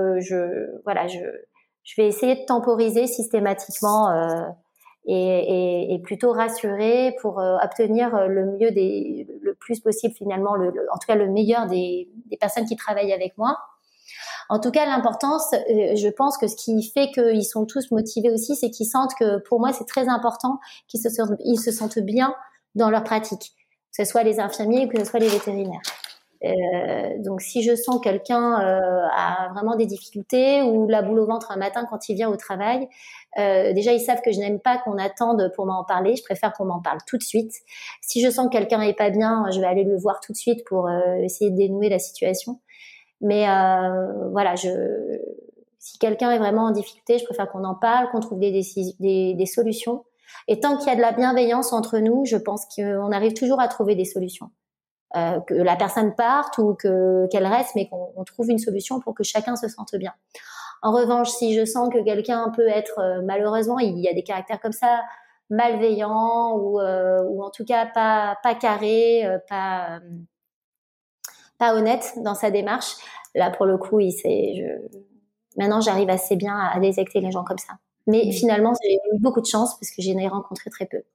je vais essayer de temporiser systématiquement et plutôt rassurer pour obtenir le plus possible finalement, en tout cas le meilleur des personnes qui travaillent avec moi. En tout cas, l'importance, je pense que ce qui fait qu'ils sont tous motivés aussi, c'est qu'ils sentent que pour moi, c'est très important qu'ils se sentent bien dans leur pratique, que ce soit les infirmiers ou que ce soit les vétérinaires. Donc si je sens quelqu'un a vraiment des difficultés ou la boule au ventre un matin quand il vient au travail, déjà ils savent que je n'aime pas qu'on attende pour m'en parler, je préfère qu'on m'en parle tout de suite. Si je sens que quelqu'un est pas bien, je vais aller le voir tout de suite pour essayer de dénouer la situation. Mais voilà, si quelqu'un est vraiment en difficulté, je préfère qu'on en parle, qu'on trouve des solutions. Et tant qu'il y a de la bienveillance entre nous, je pense qu'on arrive toujours à trouver des solutions. Que la personne parte ou qu'elle reste, mais qu'on trouve une solution pour que chacun se sente bien. En revanche, si je sens que quelqu'un peut être, malheureusement, il y a des caractères comme ça, malveillants ou en tout cas pas carré, pas honnête dans sa démarche, là pour le coup, maintenant j'arrive assez bien à détecter les gens comme ça. Mais finalement, j'ai eu beaucoup de chance parce que j'en ai rencontré très peu.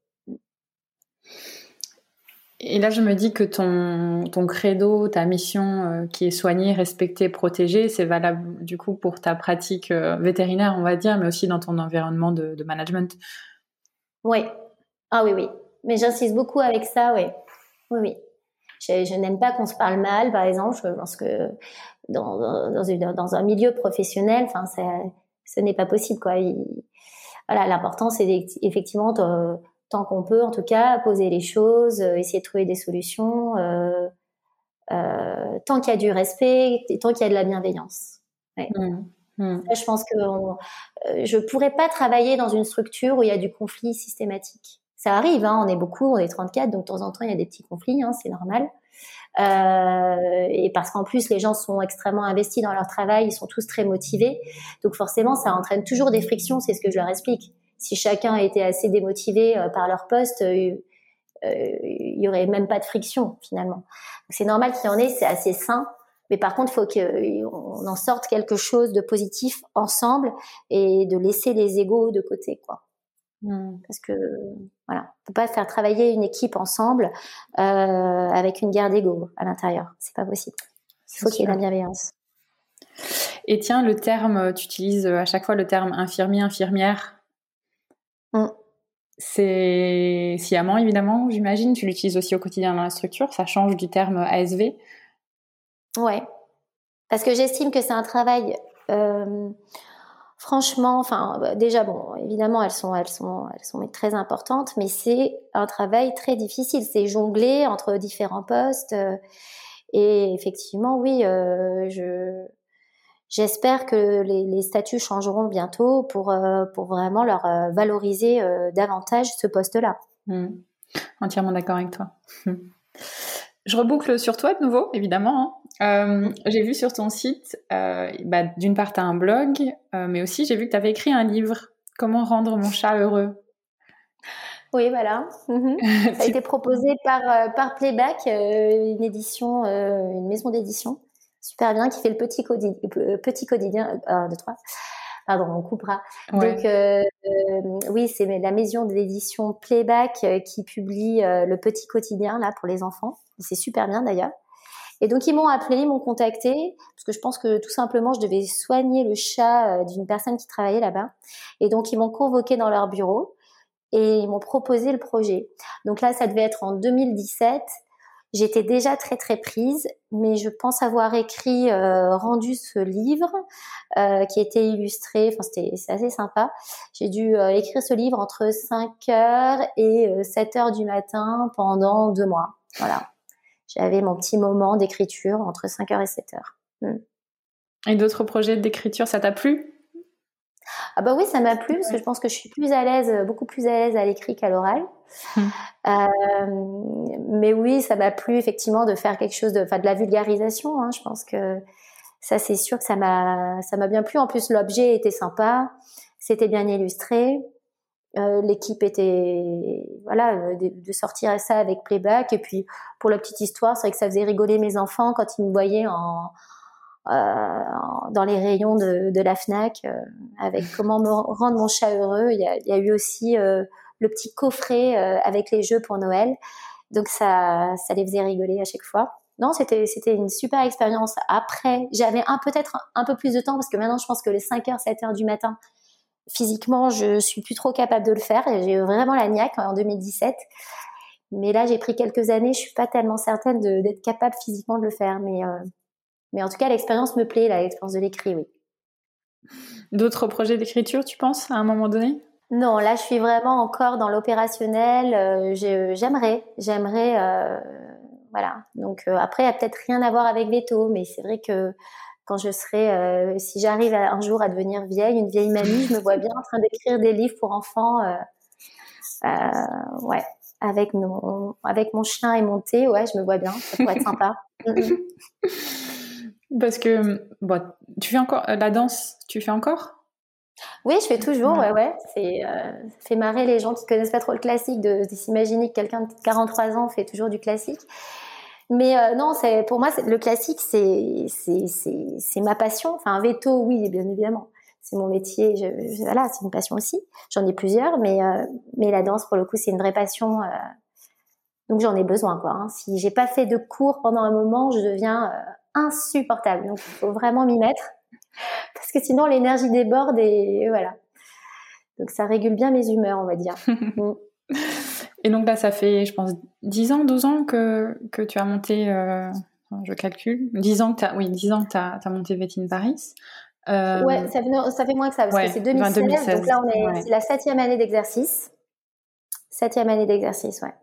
Et là, je me dis que ton credo, ta mission qui est soigner, respecter, protéger, c'est valable du coup pour ta pratique vétérinaire, on va dire, mais aussi dans ton environnement de management. Oui. Ah oui, oui. Mais j'insiste beaucoup avec ça, oui. Oui, oui. Je n'aime pas qu'on se parle mal, par exemple. Je pense que dans un milieu professionnel, enfin, ce n'est pas possible, quoi. Voilà, l'important, c'est effectivement, tant qu'on peut, en tout cas, poser les choses, essayer de trouver des solutions, tant qu'il y a du respect et tant qu'il y a de la bienveillance. Ouais. Ça, je pense que je pourrais pas travailler dans une structure où il y a du conflit systématique. Ça arrive, hein, on est beaucoup, on est 34, donc de temps en temps, il y a des petits conflits, hein, c'est normal. Et parce qu'en plus, les gens sont extrêmement investis dans leur travail, ils sont tous très motivés. Donc forcément, ça entraîne toujours des frictions, c'est ce que je leur explique. Si chacun était assez démotivé par leur poste, il y aurait même pas de friction, finalement. Donc, c'est normal qu'il y en ait, c'est assez sain. Mais par contre, il faut qu'on en sorte quelque chose de positif ensemble et de laisser les égos de côté, quoi. Parce que voilà, on peut pas faire travailler une équipe ensemble avec une guerre d'ego à l'intérieur. C'est pas possible. Il faut qu'il y ait de la bienveillance. Et tiens, le terme, tu utilises à chaque fois le terme infirmier, infirmière. C'est sciemment, évidemment, j'imagine. Tu l'utilises aussi au quotidien dans la structure. Ça change du terme ASV. Ouais, parce que j'estime que c'est un travail. Franchement, enfin, déjà, bon, évidemment, elles sont très importantes, mais c'est un travail très difficile. C'est jongler entre différents postes. Et effectivement, oui, j'espère que les statuts changeront bientôt pour vraiment leur valoriser davantage ce poste-là. Entièrement d'accord avec toi. Je reboucle sur toi de nouveau, évidemment. J'ai vu sur ton site, d'une part, tu as un blog, mais aussi j'ai vu que tu avais écrit un livre, Comment rendre mon chat heureux. Oui, voilà. Ça a été proposé par Playback, une maison d'édition super bien qui fait le petit quotidien. 1, 2, 3. Pardon, on coupera. Ouais. Donc, oui, c'est la maison d'édition Playback qui publie le petit quotidien là pour les enfants. C'est super bien d'ailleurs. Et donc, ils m'ont appelé, ils m'ont contacté parce que je pense que tout simplement, je devais soigner le chat d'une personne qui travaillait là-bas. Et donc, ils m'ont convoqué dans leur bureau et ils m'ont proposé le projet. Donc là, ça devait être en 2017. J'étais déjà très très prise, mais je pense avoir rendu ce livre qui était illustré. Enfin, c'est assez sympa. J'ai dû écrire ce livre entre 5h et 7h du matin pendant 2 mois. Voilà. J'avais mon petit moment d'écriture entre 5h et 7h. Et d'autres projets d'écriture, ça t'a plu ? Ah bah oui, ça m'a plu parce que je pense que je suis beaucoup plus à l'aise à l'écrit qu'à l'oral. Mais oui, ça m'a plu effectivement de faire quelque chose de la vulgarisation. Hein. Je pense que ça, c'est sûr que ça m'a bien plu. En plus, l'objet était sympa, c'était bien illustré. L'équipe était de sortir ça avec Playback. Et puis pour la petite histoire, c'est vrai que ça faisait rigoler mes enfants quand ils me voyaient dans les rayons de la Fnac avec comment me rendre mon chat heureux. Il y a eu aussi le petit coffret avec les jeux pour Noël, donc ça les faisait rigoler à chaque fois. Non, c'était une super expérience. Après, j'avais peut-être un peu plus de temps parce que maintenant je pense que les 5h, 7h du matin, physiquement, je suis plus trop capable de le faire. J'ai eu vraiment la niaque en 2017. Mais là, j'ai pris quelques années, je suis pas tellement certaine d'être capable physiquement de le faire. Mais en tout cas, l'expérience me plaît, l'expérience de l'écrit, oui. D'autres projets d'écriture, tu penses, à un moment donné ? Non, là, je suis vraiment encore dans l'opérationnel. J'aimerais, voilà. Donc après, il n'y a peut-être rien à voir avec Veto, mais c'est vrai que quand je serai, si j'arrive un jour à devenir une vieille mamie, je me vois bien en train d'écrire des livres pour enfants, ouais, avec mon chien et mon thé, ouais, je me vois bien, ça pourrait être sympa. Parce que tu fais encore la danse, tu fais encore ? Oui, je fais toujours, ouais. Ça fait marrer les gens qui connaissent pas trop le classique de s'imaginer que quelqu'un de 43 ans fait toujours du classique. Mais non, pour moi le classique, c'est ma passion. Enfin, Veto, oui, bien évidemment. c'est mon métier. Voilà, c'est une passion aussi. J'en ai plusieurs, mais la danse, pour le coup, c'est une vraie passion. Donc j'en ai besoin, quoi. Hein. Si j'ai pas fait de cours pendant un moment, je deviens insupportable. Donc il faut vraiment m'y mettre, parce que sinon l'énergie déborde et voilà. Donc ça régule bien mes humeurs, on va dire. Et donc là, ça fait, je pense, 10 ans, 12 ans que tu as monté, je calcule, 10 ans que t'as monté Vétine Paris. Ouais, ça fait moins que ça, parce que c'est 2016, 2016. Donc là, c'est la 7e année d'exercice. 7e année d'exercice, ouais.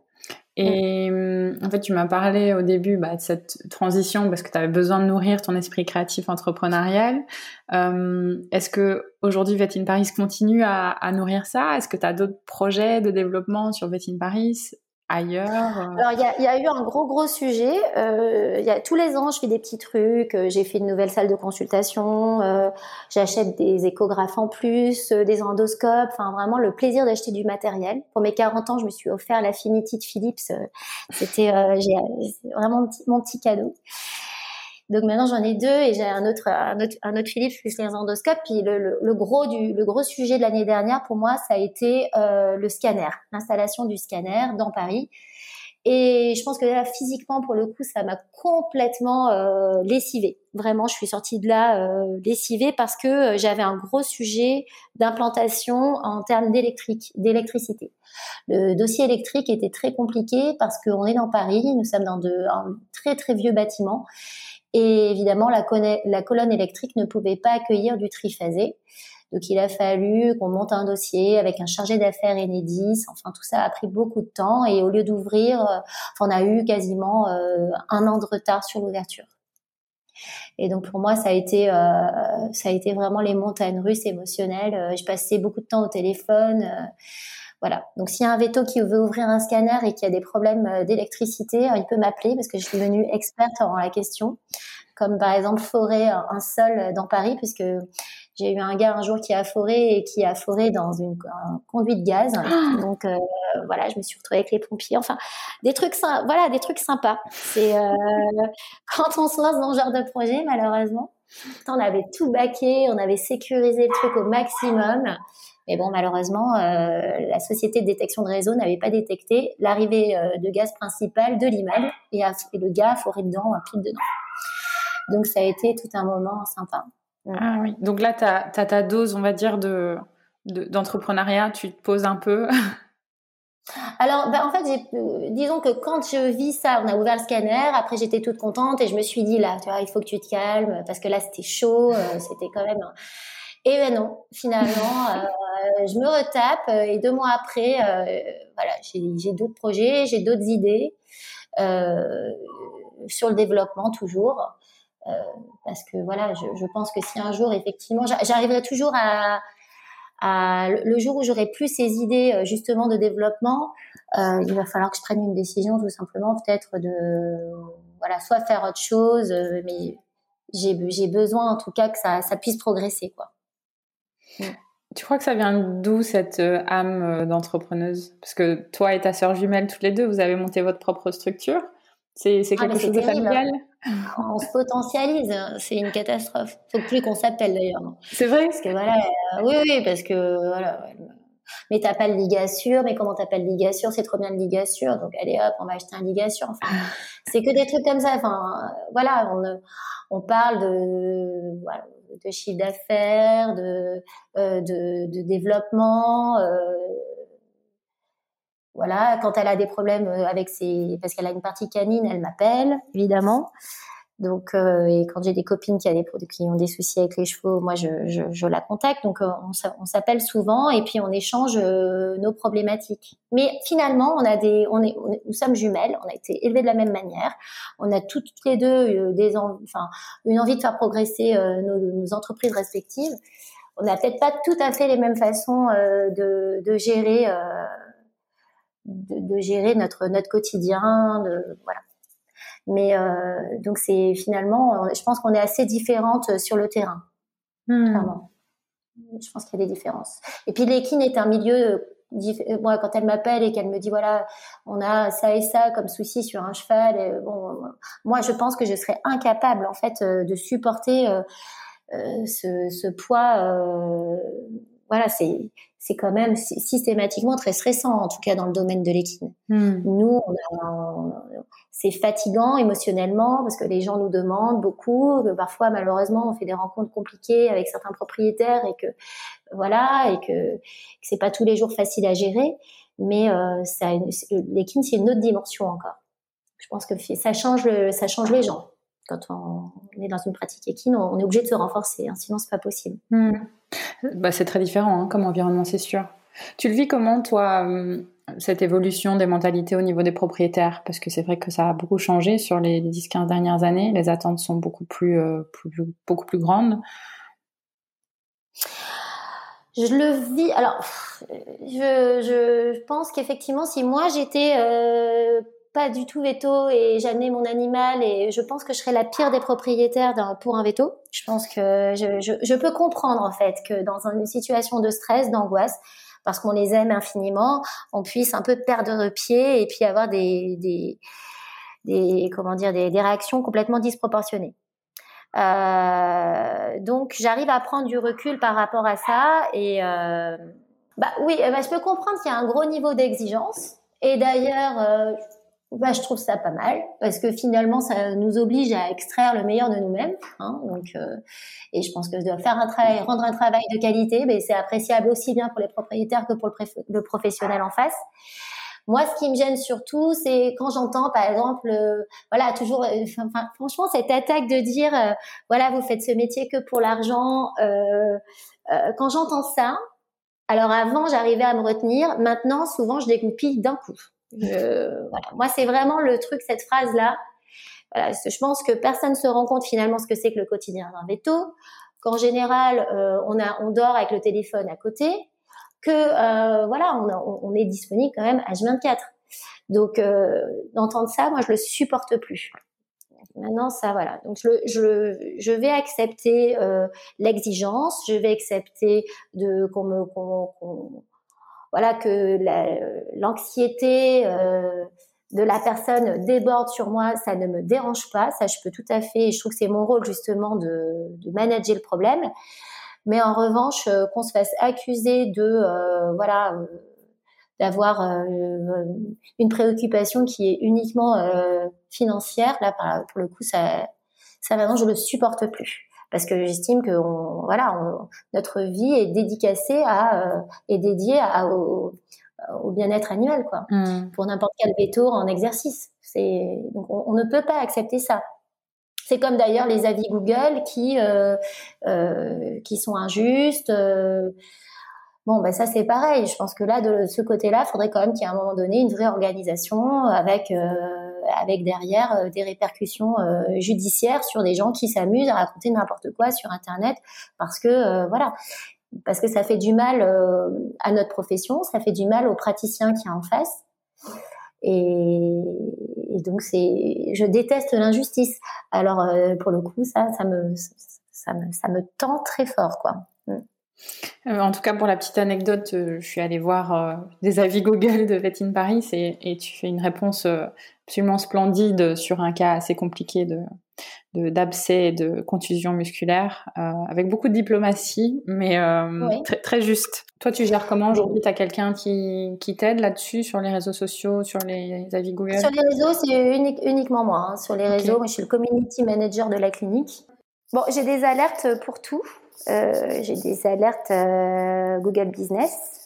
Et en fait, tu m'as parlé au début de cette transition parce que tu avais besoin de nourrir ton esprit créatif entrepreneurial. Est-ce que aujourd'hui Vétine Paris continue à nourrir ça? Est-ce que tu as d'autres projets de développement sur Vétine Paris ailleurs? Alors il y a eu un gros sujet. Tous les ans, je fais des petits trucs. J'ai fait une nouvelle salle de consultation. J'achète des échographes en plus, des endoscopes. Enfin vraiment le plaisir d'acheter du matériel. Pour mes 40 ans, je me suis offert l'Affinity de Philips. C'était vraiment mon petit cadeau. Donc maintenant j'en ai 2 et j'ai un autre Philips plus les endoscopes. Puis le gros sujet de l'année dernière pour moi, ça a été le scanner, l'installation du scanner dans Paris. Et je pense que là physiquement pour le coup ça m'a complètement lessivée. Vraiment, je suis sortie de là lessivée parce que j'avais un gros sujet d'implantation en termes d'électricité. Le dossier électrique était très compliqué parce qu'on est dans Paris, nous sommes dans un très très vieux bâtiment. Et évidemment, la colonne électrique ne pouvait pas accueillir du triphasé. Donc, il a fallu qu'on monte un dossier avec un chargé d'affaires Enedis. Enfin, tout ça a pris beaucoup de temps. Et au lieu d'ouvrir, on a eu quasiment 1 an de retard sur l'ouverture. Et donc, pour moi, ça a été vraiment les montagnes russes émotionnelles. Je passais beaucoup de temps au téléphone. Voilà. Donc, s'il y a un veto qui veut ouvrir un scanner et qui a des problèmes d'électricité, il peut m'appeler parce que je suis devenue experte en la question. Comme par exemple forer un sol dans Paris, puisque j'ai eu un gars un jour qui a foré dans un conduit de gaz. Donc voilà, je me suis retrouvée avec les pompiers. Enfin, des trucs sympas. C'est quand on se lance dans ce genre de projet, malheureusement, on avait tout baqué, on avait sécurisé le truc au maximum. Mais bon, malheureusement, la société de détection de réseau n'avait pas détecté l'arrivée de gaz principal de l'immeuble et le gars a foré dedans, pile dedans. Donc, ça a été tout un moment sympa. Ah oui. Donc là, t'as ta dose, on va dire, d'entrepreneuriat. Tu te poses un peu. Alors, en fait, disons que quand je vis ça, on a ouvert le scanner. Après, j'étais toute contente et je me suis dit là, tu vois, il faut que tu te calmes parce que là, c'était chaud. C'était quand même. Et ben non, finalement, je me retape et 2 mois après, voilà, j'ai d'autres projets, j'ai d'autres idées sur le développement toujours. Parce que voilà, je pense que si un jour effectivement j'arriverai toujours à le jour où j'aurai plus ces idées justement de développement, il va falloir que je prenne une décision tout simplement, peut-être de voilà, soit faire autre chose, mais j'ai besoin en tout cas que ça puisse progresser, quoi. Tu crois que ça vient d'où cette âme d'entrepreneuse? Parce que toi et ta sœur jumelle, toutes les deux, vous avez monté votre propre structure. C'est quelque chose de familial? On se potentialise, c'est une catastrophe. Faut plus qu'on s'appelle d'ailleurs. C'est vrai? Parce que voilà, oui, parce que voilà. Mais t'as pas de ligature, mais comment t'as pas de ligature? C'est trop bien de ligature, donc allez hop, on va acheter un ligature. Enfin, c'est que des trucs comme ça. Enfin, voilà, on parle de chiffre d'affaires, de développement. Voilà, quand elle a des problèmes parce qu'elle a une partie canine, elle m'appelle, évidemment. Donc, et quand j'ai des copines qui ont des soucis avec les chevaux, moi, je la contacte. Donc, on s'appelle souvent et puis on échange nos problématiques. Mais finalement, nous sommes jumelles. On a été élevées de la même manière. On a toutes les deux une envie de faire progresser nos entreprises respectives. On n'a peut-être pas tout à fait les mêmes façons de gérer. De gérer notre quotidien, voilà. Mais donc c'est finalement, je pense qu'on est assez différentes sur le terrain. Clairement. Je pense qu'il y a des différences. Et puis l'équine est un milieu. Moi, quand elle m'appelle et qu'elle me dit voilà, on a ça et ça comme souci sur un cheval, moi je pense que je serais incapable en fait de supporter ce poids, voilà, c'est quand même systématiquement très stressant, en tout cas dans le domaine de l'équine. Nous, c'est fatigant émotionnellement parce que les gens nous demandent beaucoup, que parfois malheureusement on fait des rencontres compliquées avec certains propriétaires et que voilà, et que c'est pas tous les jours facile à gérer, mais l'équine c'est une autre dimension encore. Je pense que ça change les gens. Quand on est dans une pratique équine, on est obligé de se renforcer, hein, sinon c'est pas possible. Bah, c'est très différent comme environnement, c'est sûr. Tu le vis comment, toi, cette évolution des mentalités au niveau des propriétaires? Parce que c'est vrai que ça a beaucoup changé sur les 10-15 dernières années. Les attentes sont beaucoup plus grandes. Je le vis. Alors, je pense qu'effectivement, si moi j'étais pas du tout veto et j'amenais mon animal, et je pense que je serais la pire des propriétaires pour un veto. Je pense que je peux comprendre en fait que dans une situation de stress, d'angoisse, parce qu'on les aime infiniment, on puisse un peu perdre pied et puis avoir des réactions complètement disproportionnées. Donc j'arrive à prendre du recul par rapport à ça et je peux comprendre qu'il y a un gros niveau d'exigence, et d'ailleurs je trouve ça pas mal parce que finalement ça nous oblige à extraire le meilleur de nous-mêmes, hein, donc et je pense que de faire rendre un travail de qualité, c'est appréciable aussi bien pour les propriétaires que pour le professionnel en face. Moi, ce qui me gêne surtout, c'est quand j'entends, par exemple, toujours, franchement, cette attaque de dire, vous faites ce métier que pour l'argent. Quand j'entends ça, alors avant, j'arrivais à me retenir. Maintenant, souvent, je dégoupille d'un coup. Moi, c'est vraiment le truc, cette phrase-là. Voilà, je pense que personne ne se rend compte finalement ce que c'est que le quotidien d'un veto. Qu'en général, on dort avec le téléphone à côté. Que on est disponible quand même H24. Donc d'entendre ça, moi je le supporte plus. Maintenant ça voilà. Donc je vais accepter l'exigence, je vais accepter que l'anxiété de la personne déborde sur moi, ça ne me dérange pas, ça je peux tout à fait, et je trouve que c'est mon rôle justement de manager le problème. Mais en revanche, qu'on se fasse accuser d'avoir une préoccupation qui est uniquement financière, là, pour le coup, ça vraiment, je le supporte plus. Parce que j'estime que notre vie est dédicacée est dédiée au bien-être animal, quoi. Pour n'importe quel veto en exercice. Donc on ne peut pas accepter ça. C'est comme d'ailleurs les avis Google qui sont injustes. Ça c'est pareil. Je pense que là, de ce côté-là, il faudrait quand même qu'il y ait à un moment donné une vraie organisation avec derrière des répercussions judiciaires sur des gens qui s'amusent à raconter n'importe quoi sur Internet parce que ça fait du mal à notre profession, ça fait du mal aux praticiens qu'il y a en face. Et donc je déteste l'injustice. Alors pour le coup, ça me tend très fort, quoi. En tout cas, pour la petite anecdote, je suis allée voir des avis Google de Vet in Paris et tu fais une réponse absolument splendide sur un cas assez compliqué d'abcès et de contusion musculaire, avec beaucoup de diplomatie, mais Oui. très, très juste. Toi, tu gères comment aujourd'hui? Tu as quelqu'un qui t'aide là-dessus, sur les réseaux sociaux, sur les avis Google? Sur les réseaux, c'est uniquement moi. Hein. Sur les réseaux, moi, je suis le community manager de la clinique. Bon, j'ai des alertes pour tout. J'ai des alertes Google Business.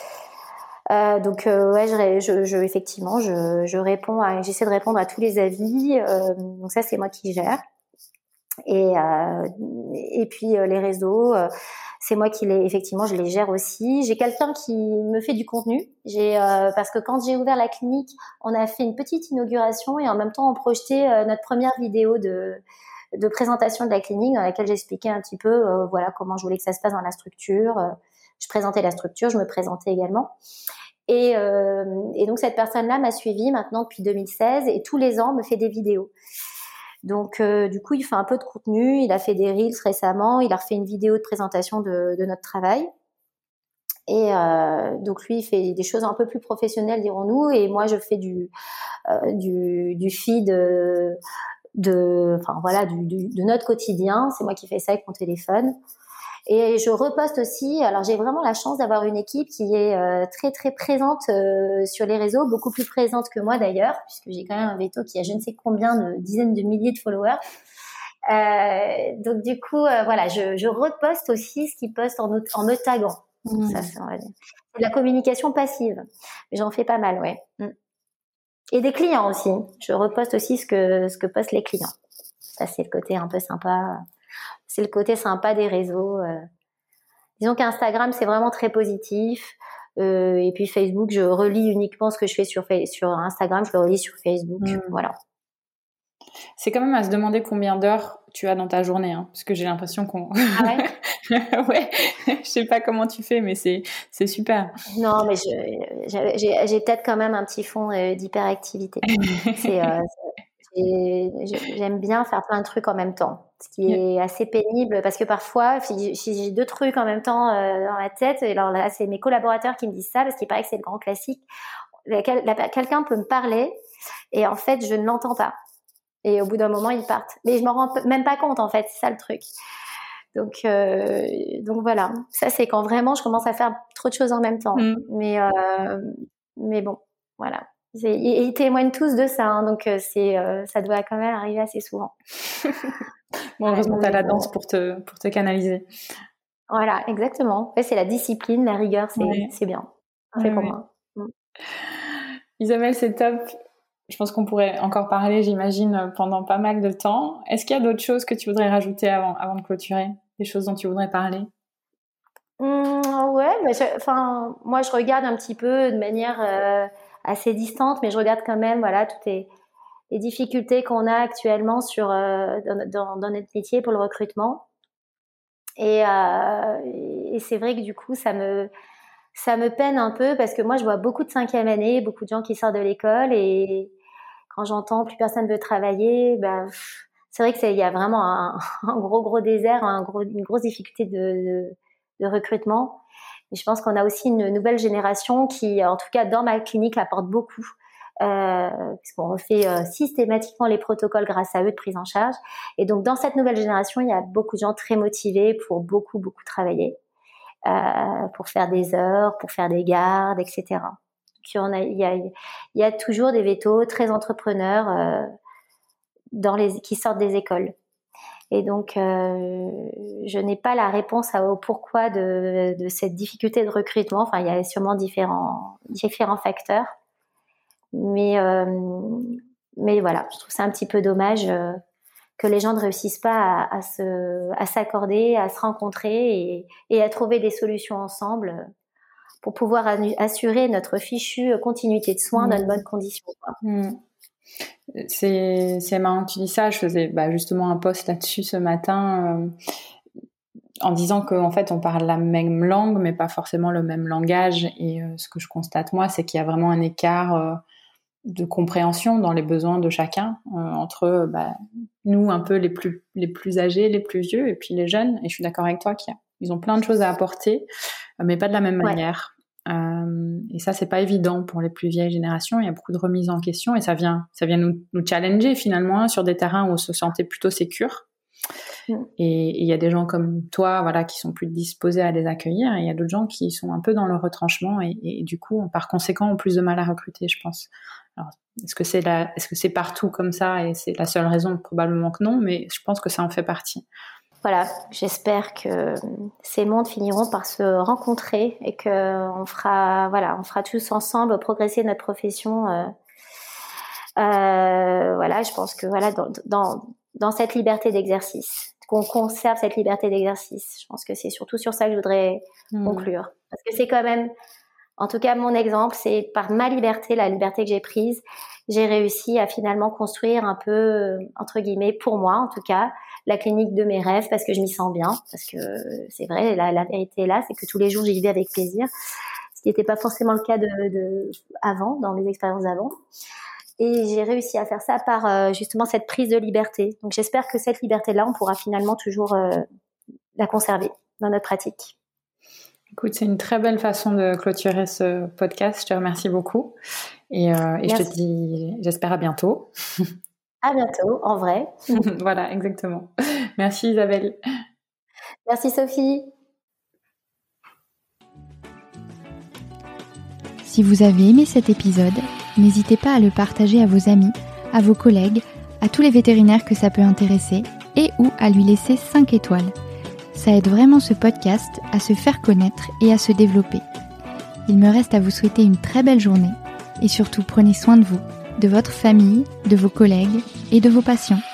Effectivement, j'essaie de répondre à tous les avis. Donc ça, c'est moi qui gère. Et puis les réseaux, c'est moi qui je les gère aussi. J'ai quelqu'un qui me fait du contenu. Parce que quand j'ai ouvert la clinique, on a fait une petite inauguration et en même temps on projetait notre première vidéo de présentation de la clinique dans laquelle j'expliquais un petit peu comment je voulais que ça se passe dans la structure. Je présentais la structure, je me présentais également. Et donc cette personne-là m'a suivie maintenant depuis 2016 et tous les ans me fait des vidéos. Donc du coup, il fait un peu de contenu, il a fait des reels récemment, il a refait une vidéo de présentation de notre travail. Et donc lui, il fait des choses un peu plus professionnelles, dirons-nous, et moi je fais du feed de notre quotidien. C'est moi qui fais ça avec mon téléphone. Et je reposte aussi. Alors j'ai vraiment la chance d'avoir une équipe qui est très très présente sur les réseaux, beaucoup plus présente que moi d'ailleurs, puisque j'ai quand même un veto qui a je ne sais combien de dizaines de milliers de followers. Donc du coup, voilà, je reposte aussi ce qu'ils postent en me taguant. Ça, c'est de la communication passive, mais j'en fais pas mal, ouais. Et des clients aussi. Je reposte aussi ce que postent les clients. Ça, c'est le côté un peu sympa. C'est le côté sympa des réseaux. Disons qu'Instagram, c'est vraiment très positif. Et puis Facebook, je relis uniquement ce que je fais sur Instagram, je le relis sur Facebook. Voilà. C'est quand même à se demander combien d'heures tu as dans ta journée, hein, parce que j'ai l'impression qu'on... Ah ouais? Ouais, je sais pas comment tu fais, mais c'est super. Non, mais j'ai peut-être quand même un petit fond d'hyperactivité. J'aime bien faire plein de trucs en même temps, ce qui est assez pénible parce que parfois, si j'ai 2 trucs en même temps dans la tête, et alors là, c'est mes collaborateurs qui me disent ça parce qu'il paraît que c'est le grand classique. Quelqu'un peut me parler et en fait, je ne l'entends pas. Et au bout d'un moment, ils partent. Mais je m'en rends même pas compte, en fait. C'est ça le truc. Donc voilà. Ça, c'est quand vraiment je commence à faire trop de choses en même temps. Mais bon, voilà. Ils témoignent tous de ça, hein, donc ça doit quand même arriver assez souvent. Bon, heureusement, t'as la danse pour te canaliser. Voilà, exactement. Ouais, c'est la discipline, la rigueur, c'est bien. C'est pour moi. Isabelle, c'est top. Je pense qu'on pourrait encore parler, j'imagine, pendant pas mal de temps. Est-ce qu'il y a d'autres choses que tu voudrais rajouter avant de clôturer? Des choses dont tu voudrais parler? Ouais, moi, je regarde un petit peu de manière assez distante, mais je regarde quand même, voilà, toutes les difficultés qu'on a actuellement dans notre métier pour le recrutement. Et c'est vrai que du coup, ça me peine un peu parce que moi, je vois beaucoup de 5e année, beaucoup de gens qui sortent de l'école et quand j'entends plus personne veut travailler, c'est vrai que il y a vraiment un gros désert, une grosse difficulté de recrutement. Et je pense qu'on a aussi une nouvelle génération qui, en tout cas dans ma clinique, apporte beaucoup. Puisqu'on refait systématiquement les protocoles grâce à eux de prise en charge. Et donc dans cette nouvelle génération, il y a beaucoup de gens très motivés pour beaucoup travailler. Pour faire des heures, pour faire des gardes, etc. Il y a toujours des vétos très entrepreneurs qui sortent des écoles. Et donc, je n'ai pas la réponse au pourquoi de cette difficulté de recrutement. Enfin, il y a sûrement différents facteurs. Mais voilà, je trouve ça un petit peu dommage que les gens ne réussissent pas à s'accorder, à se rencontrer et à trouver des solutions ensemble pour pouvoir assurer notre fichue continuité de soins dans de bonnes conditions. C'est marrant que tu dis ça. Je faisais justement un post là-dessus ce matin en disant qu'en fait on parle la même langue mais pas forcément le même langage. Et ce que je constate moi, c'est qu'il y a vraiment un écart de compréhension dans les besoins de chacun entre nous un peu les plus âgés, les plus vieux et puis les jeunes. Et je suis d'accord avec toi qu'ils ont plein de choses à apporter mais pas de la même manière. Et ça c'est pas évident pour les plus vieilles générations. Il y a beaucoup de remises en question et ça vient nous challenger finalement sur des terrains où on se sentait plutôt sécure. Et il y a des gens comme toi, voilà, qui sont plus disposés à les accueillir, et il y a d'autres gens qui sont un peu dans le retranchement et du coup, par conséquent, ont plus de mal à recruter, je pense. Alors, est-ce que c'est partout comme ça et c'est la seule raison? Probablement que non, mais je pense que ça en fait partie. Voilà, j'espère que ces mondes finiront par se rencontrer et que on fera tous ensemble progresser notre profession. Je pense que dans cette liberté d'exercice, qu'on conserve cette liberté d'exercice. Je pense que c'est surtout sur ça que je voudrais conclure, parce que c'est quand même, en tout cas mon exemple, c'est par ma liberté, la liberté que j'ai prise, j'ai réussi à finalement construire un peu, entre guillemets, pour moi en tout cas, la clinique de mes rêves, parce que je m'y sens bien, parce que c'est vrai, la vérité est là, c'est que tous les jours j'y vivais avec plaisir, ce qui n'était pas forcément le cas avant, dans mes expériences d'avant. Et j'ai réussi à faire ça par justement cette prise de liberté. Donc j'espère que cette liberté-là, on pourra finalement toujours la conserver dans notre pratique. Écoute, c'est une très belle façon de clôturer ce podcast. Je te remercie beaucoup. Et je te dis, j'espère à bientôt. À bientôt, en vrai. Voilà, exactement. Merci Isabelle. Merci Sophie. Si vous avez aimé cet épisode, n'hésitez pas à le partager à vos amis, à vos collègues, à tous les vétérinaires que ça peut intéresser et ou à lui laisser 5 étoiles. Ça aide vraiment ce podcast à se faire connaître et à se développer. Il me reste à vous souhaiter une très belle journée et surtout prenez soin de vous, de votre famille, de vos collègues et de vos patients.